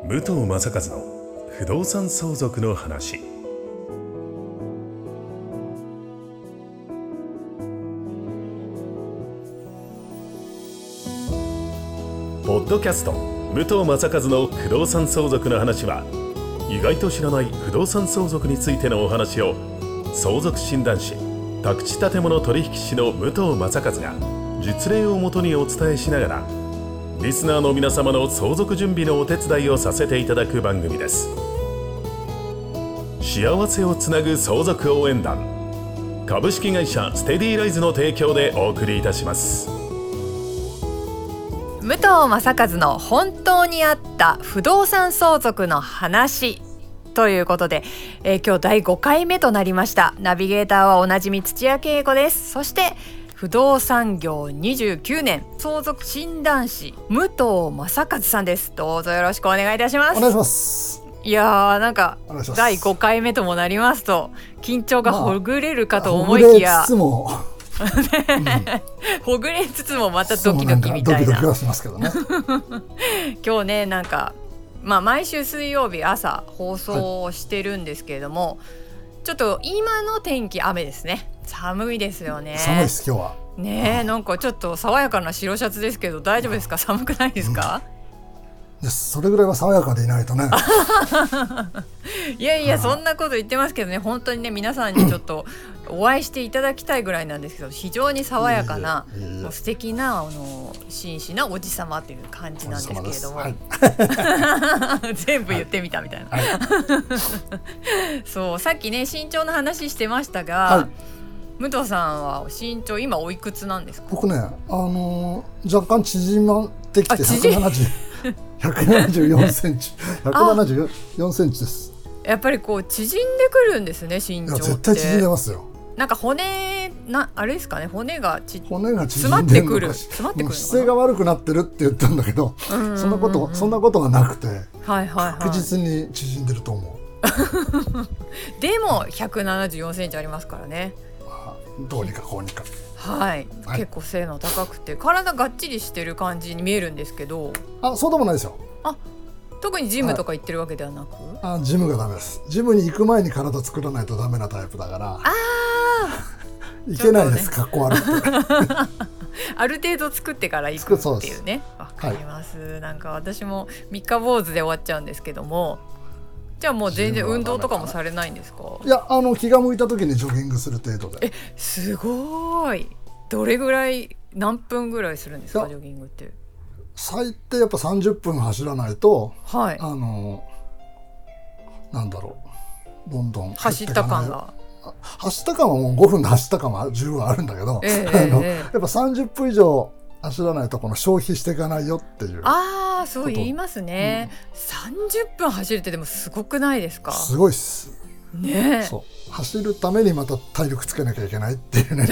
武藤正和の不動産相続の話。ポッドキャスト武藤正和の不動産相続の話は、意外と知らない不動産相続についてのお話を相続診断士、宅地建物取引士の武藤正和が実例をもとにお伝えしながら、リスナーの皆様の相続準備のお手伝いをさせていただく番組です。幸せをつなぐ相続応援団、株式会社ステディライズの提供でお送りいたします。 武藤正和の本当にあった不動産相続の話ということで、今日第5回目となりました。ナビゲーターはおなじみ土屋恵子です。そして不動産業29年相続診断士武藤正和さんです。どうぞよろしくお願いいたします。 お願いします。 いやー、なんか第5回目ともなりますと緊張がほぐれるかと思いきや、ほぐれつつもまたドキドキみたいな。 ドキドキはしますけどね。 今日ね、なんか毎週水曜日朝放送をしてるんですけれども、ちょっと今の天気雨ですね。寒いですよね。 寒いです今日はね。なんかちょっと爽やかな白シャツですけど大丈夫ですか？寒くないですか？ それぐらいは爽やかでいないとね。 いやいや、そんなこと言ってますけどね、本当にね、皆さんにちょっとお会いしていただきたいぐらいなんですけど、非常に爽やかな素敵な紳士なおじさまという感じなんですけれども、はい、全部言ってみたみたいな、はい、そう、さっきね身長の話してましたが、はい、武藤さんは身長今おいくつなんですか？ 僕ね、若干縮まってきて174センチ174センチです。 やっぱりこう縮んでくるんですね、身長って。 絶対縮んでますよ。 なんかあれですかね、骨が縮まってくる姿勢が悪くなってるって言ったんだけど、そんなことはなくて、はいはいはい、確実に縮んでると思う。 でも174センチありますからね。 どうにかこうにか、 はい、はい、結構背の高くて体がっちりしてる感じに見えるんですけど。 そうでもないですよ。 特にジムとか行ってるわけではなく、 ジムがダメです。ジムに行く前に体作らないとダメなタイプだからいけないです、格好悪くて。 ある程度作ってから行くっていうね。わかります、はい、なんか私も三日坊主で終わっちゃうんですけども。じゃあもう全然運動とかもされないんですか？ いや、気が向いた時にジョギングする程度で。 すごい。どれぐらい、何分ぐらいするんですか、ジョギングって？ 最低やっぱ30分走らないと、 はい、 なんだろう、どんどん走った感が。 走った感はもう5分で走った感は十分あるんだけど、やっぱ30分以上走らないとこの消費していかないよっていう。 そう言いますね、30分走るってでもすごくないですか？ すごいっすね。 そう走るためにまた体力つけなきゃいけないっていうね。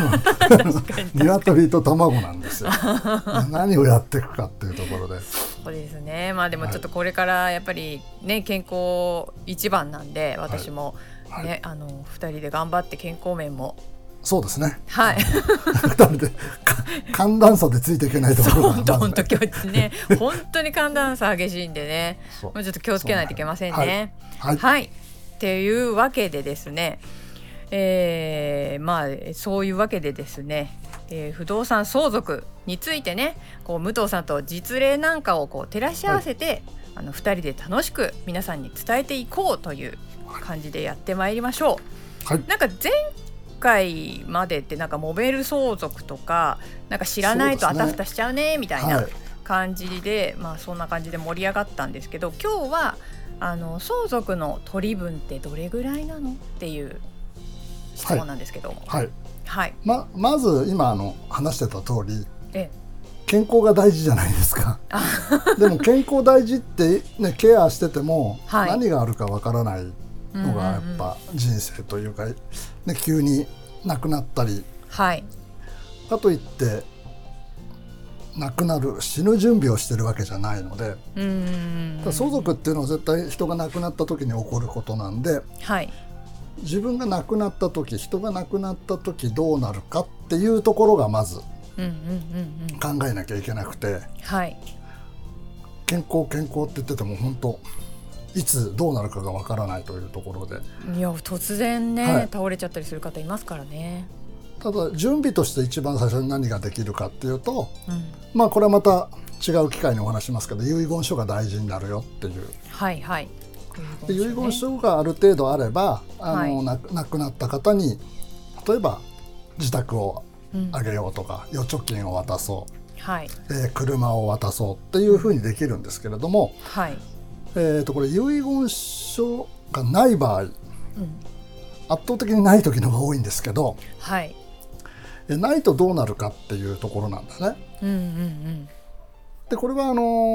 鶏と卵なんですよ。何をやっていくかっていうところで。 そうですね。でもちょっとこれからやっぱりね、健康一番なんで、私もね、はい、2人で頑張って健康面も。 そうですね。 はい。 2人で寒暖差でついていけないところが、 そう、本当今日ね、本当に寒暖差激しいんでね、もうちょっと気をつけないといけませんね。はい。はい。っていうわけでですね、そういうわけでですね、不動産相続についてね、こう武藤さんと実例なんかをこう照らし合わせて、はい、2人で楽しく皆さんに伝えていこうという感じでやってまいりましょう。はい、なんか前回までってなんかモベル相続とかなんか知らないとあたふたしちゃうねみたいな感じで、そんな感じで盛り上がったんですけど、今日は相続の取り分ってどれぐらいなのっていう質問なんですけども、 はいはい、 まず今話してた通り、健康が大事じゃないですか。でも健康大事って、ね、ケアしてても何があるかわからないのがやっぱ人生というか、ね、急に亡くなったり、 はい、 かといって亡くなる死ぬ準備をしてるわけじゃないので、相続っていうのは絶対人が亡くなった時に起こることなんで、 はい、 自分が亡くなった時、人が亡くなった時どうなるかっていうところがまず考えなきゃいけなくて、 はい、 健康って言ってても本当いつどうなるかがわからないというところで、 いや突然ね、倒れちゃったりする方いますからね。 ただ準備として一番最初に何ができるかっていうと、まあこれはまた違う機会にお話しますけど、遺言書が大事になるよっていう、 はいはい、 で遺言書がある程度あれば亡くなった方に例えば自宅をあげようとか、預貯金を渡そう、はい、車を渡そうっていうふうにできるんですけれども、はい、これ遺言書がない場合、圧倒的にない時の方が多いんですけど、はい、ないとどうなるかっていうところなんですね。でこれは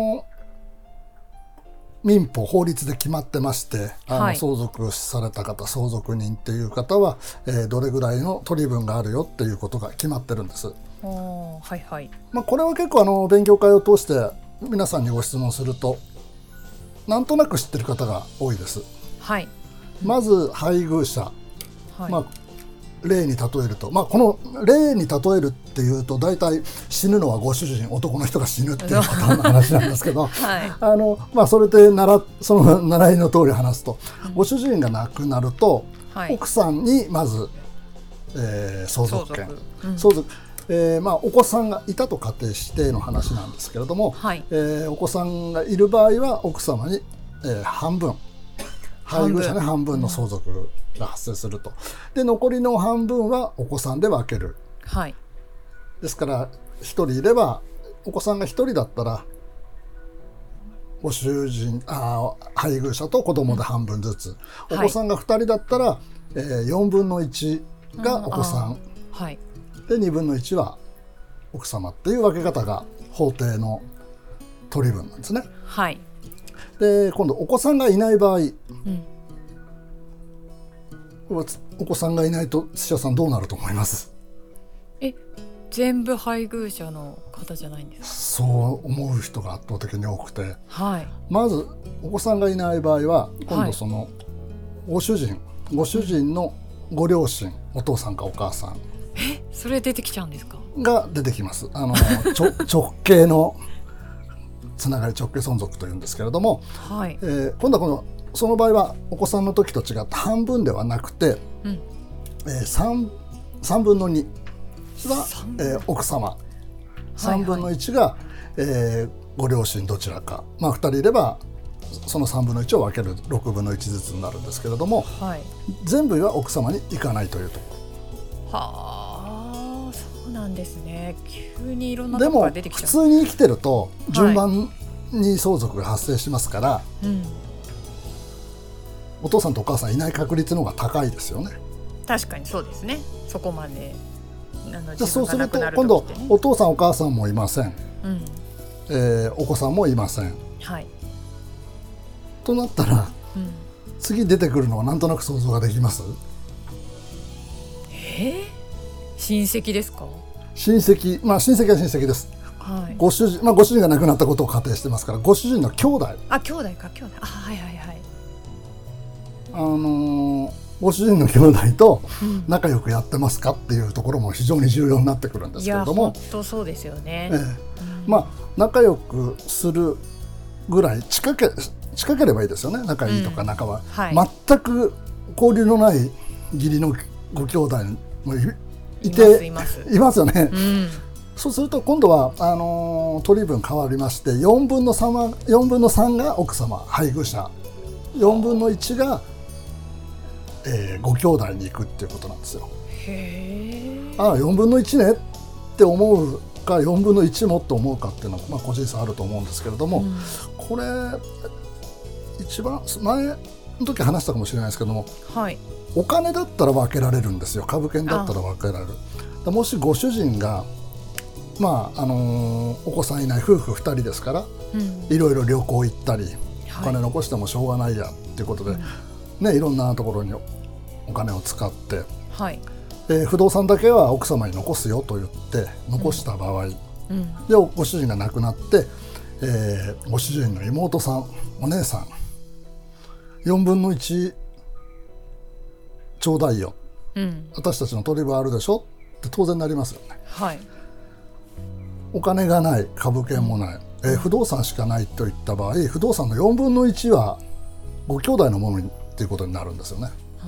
民法法律で決まってまして、相続された方、相続人っていう方は、どれぐらいの取り分があるよっていうことが決まってるんです。はいはい。これは結構勉強会を通して皆さんにご質問するとなんとなく知ってる方が多いです。はい、まず配偶者、はい、例に例えると、この例に例えるっていうと大体死ぬのはご主人、男の人が死ぬっていうパターンの話なんですけど、はい、それでその習いの通り話すと、ご主人が亡くなると、奥さんにまず、相続権、相続、お子さんがいたと仮定しての話なんですけれども、はい、お子さんがいる場合は奥様に、半分、配偶者に半分の相続が発生すると。で残りの半分はお子さんで分ける、はい、ですから1人いれば、お子さんが1人だったらご主人配偶者と子供で半分ずつ、お子さんが2人だったら、4分の1がお子さん、はい、で2分の1は奥様っていう分け方が法定の取り分なんですね。はい、で今度お子さんがいない場合、お子さんがいないと土屋さんどうなると思います？ 全部配偶者の方じゃないんですか？ そう思う人が圧倒的に多くて、はい、まずお子さんがいない場合は今度そのご主人のご両親、お父さんかお母さん、 それ出てきちゃうんですか？ が出てきます。直系のつながり、直系存続というんですけれども、はい、今度はその場合はお子さんの時と違って半分ではなくて、3分の2は、奥様、3分の1が、ご両親どちらか、2人いればその3分の1を分ける6分の1ずつになるんですけれども、はい、全部は奥様に行かないというところ。はあ、そうなんですね。急にいろんなところが出てきちゃう。 でも普通に生きてると順番に相続が発生しますから、お父さんとお母さんいない確率の方が高いですよね。 確かにそうですね。そこまでじゃそうすると今度お父さんお母さんもいません、お子さんもいません、はい、となったら、次出てくるのはなんとなく想像ができます？ 親戚ですか？ 親戚は親戚です、はい、ご主人が亡くなったことを仮定してますから、ご主人の兄弟、 兄弟か、兄弟、はいはいはい、 ご主人の兄弟と仲良くやってますかっていうところも非常に重要になってくるんですけれども、 本当そうですよね。 仲良くするぐらい近ければいいですよね。仲いいとか仲は、はい、全く交流のない義理のご兄弟もいますよね。そうすると今度は取り分変わりまして、4分の3が奥様、配偶者、4分の1がご兄弟に行くっていうことなんですよ。4分の1ねって思うか、4分の1もって思うかっていうのは、個人差あると思うんですけれども、これ一番前の時話したかもしれないですけども、はい、お金だったら分けられるんですよ。株券だったら分けられる。もしご主人がお子さんいない夫婦2人ですから、いろいろ旅行行ったり、お金残してもしょうがないやっていうことで、いろんなところにお金を使って、はい、不動産だけは奥様に残すよと言って残した場合、でご主人が亡くなって、ご主人の妹さん、お姉さん、4分の1ちょうだいよ、私たちの取り分あるでしょって当然なりますよね。はい、お金がない、株券もない、 不動産しかないといった場合、不動産の4分の1はご兄弟のものにっていうことになるんですよね。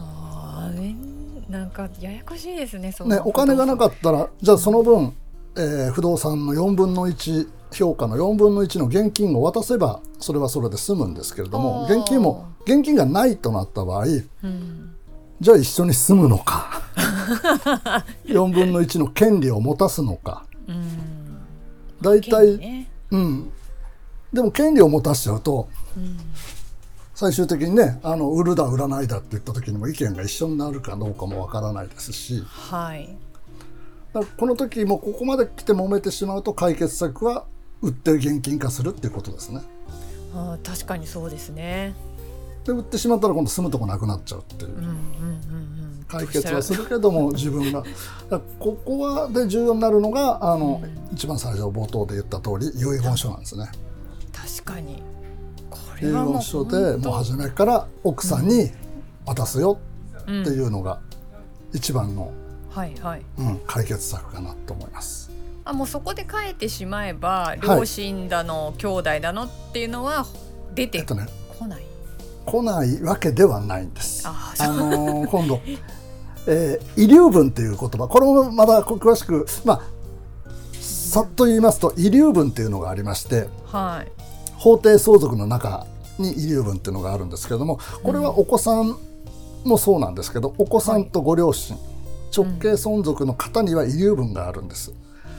なんかややこしいですね。 お金がなかったら、じゃあその分、不動産の4分の1、評価の4分の1の現金を渡せばそれはそれで済むんですけれども、現金がないとなった場合、じゃあ一緒に住むのか4分の1の権利を持たすのか、大体、でも権利を持たせちゃうと、最終的にね、売るだ売らないだって言った時にも意見が一緒になるかどうかもわからないですし、だからこの時もここまで来て揉めてしまうと、解決策は売って現金化するっていうことですね。 確かにそうですね。 で売ってしまったら今度住むとこなくなっちゃうっていう、解決はするけども自分がここはで重要になるのが一番最初冒頭で言った通り遺言書なんですね。 確かに遺言書でもう初めから奥さんに渡すよっていうのが一番の、解決策かなと思います。 もうそこで帰ってしまえば両親だの、兄弟だのっていうのは出てこない、 来ないわけではないんです。今度、遺留分という言葉、これもまだ詳しく、さっと言いますと遺留分というのがありまして、法定相続の中に遺留分というのがあるんですけれども、これはお子さんもそうなんですけど、お子さんとご両親、直系存続の方には遺留分があるんです。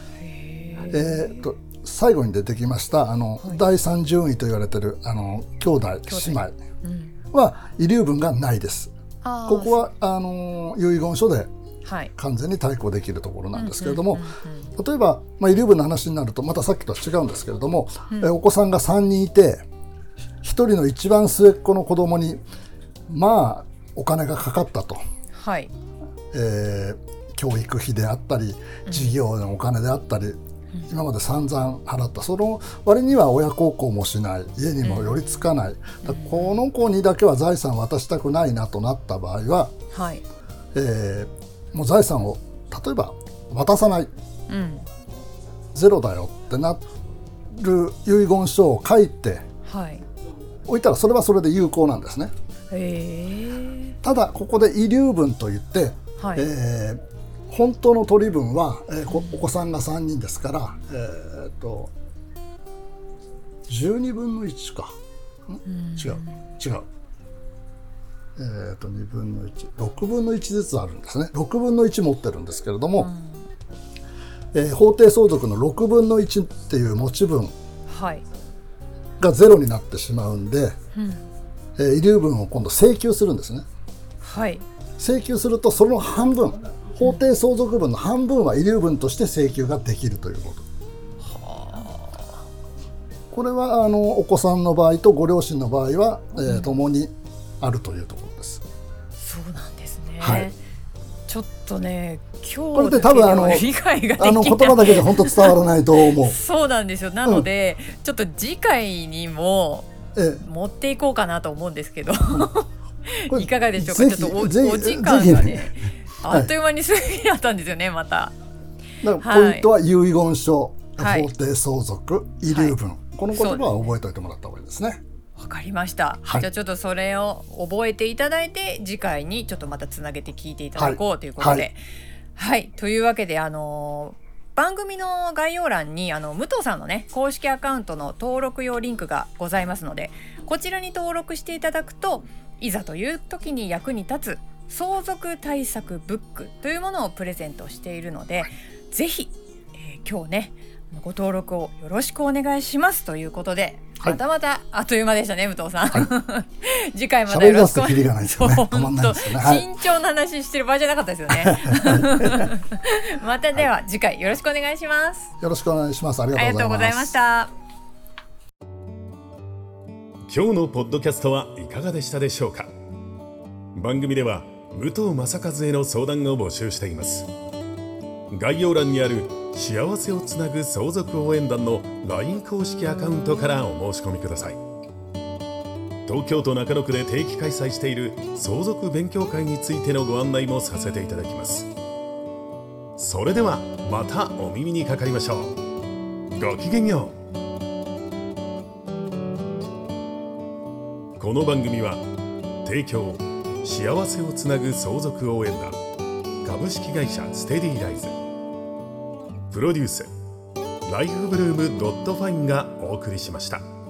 最後に出てきました第三順位と言われている兄弟姉妹は遺留分がないです。ここは遺言書で完全に対抗できるところなんですけれども、例えば、遺留分の話になるとまたさっきとは違うんですけれども、お子さんが3人いて1人の一番末っ子の子供にお金がかかったと、教育費であったり事業のお金であったり、今まで散々払った、その割には親孝行もしない、家にも寄りつかない、この子にだけは財産渡したくないなとなった場合は、もう財産を例えば渡さない、ゼロだよってなる遺言書を書いて置いたら、それはそれで有効なんですね。ただここで遺留分といって、本当の取り分は、お子さんが3人ですから、12分の1か、違う、2分の1、6分の1ずつあるんですね。6分の1持ってるんですけれども、法定相続の6分の1っていう持ち分がゼロになってしまうんで、遺留分を今度請求するんですね。請求するとその半分、法定相続分の半分は遺留分として請求ができるということ。これはお子さんの場合とご両親の場合は、共にあるというところです。 そうなんですね。ちょっとね、今日これで多分理解ができない、 言葉だけで本当伝わらないと思う。 そうなんですよ。なので、ちょっと次回にも持っていこうかなと思うんですけど、いかがでしょうか。ちょっとお時間がね、あっという間に過ぎだったんですよね。まただからポイントは遺言書、法定相続、遺留分、この言葉は覚えておいてもらった方がいいですね。 わかりました、じゃあちょっとそれを覚えていただいて、次回にちょっとまたつなげて聞いていただこうということで、というわけで番組の概要欄に武藤さんのね公式アカウントの登録用リンクがございますので、こちらに登録していただくと、いざという時に役に立つ相続対策ブックというものをプレゼントしているので、ぜひ、今日ねご登録をよろしくお願いしますということで、またまたあっという間でしたね、武藤さん、次回またよろしくお願いします。慎重な話してる場合じゃなかったですよね。またでは、次回よろしくお願いします。 よろしくお願いします。ありがとうございました。 今日のポッドキャストはいかがでしたでしょうか。番組では武藤正和への相談を募集しています。概要欄にある幸せをつなぐ相続応援団の LINE 公式アカウントからお申し込みください。東京都中野区で定期開催している相続勉強会についてのご案内もさせていただきます。それではまたお耳にかかりましょう。ごきげんよう。 この番組は提供幸せをつなぐ相続応援団株式会社ステディライズプロデュースライフブルームドットファインがお送りしました。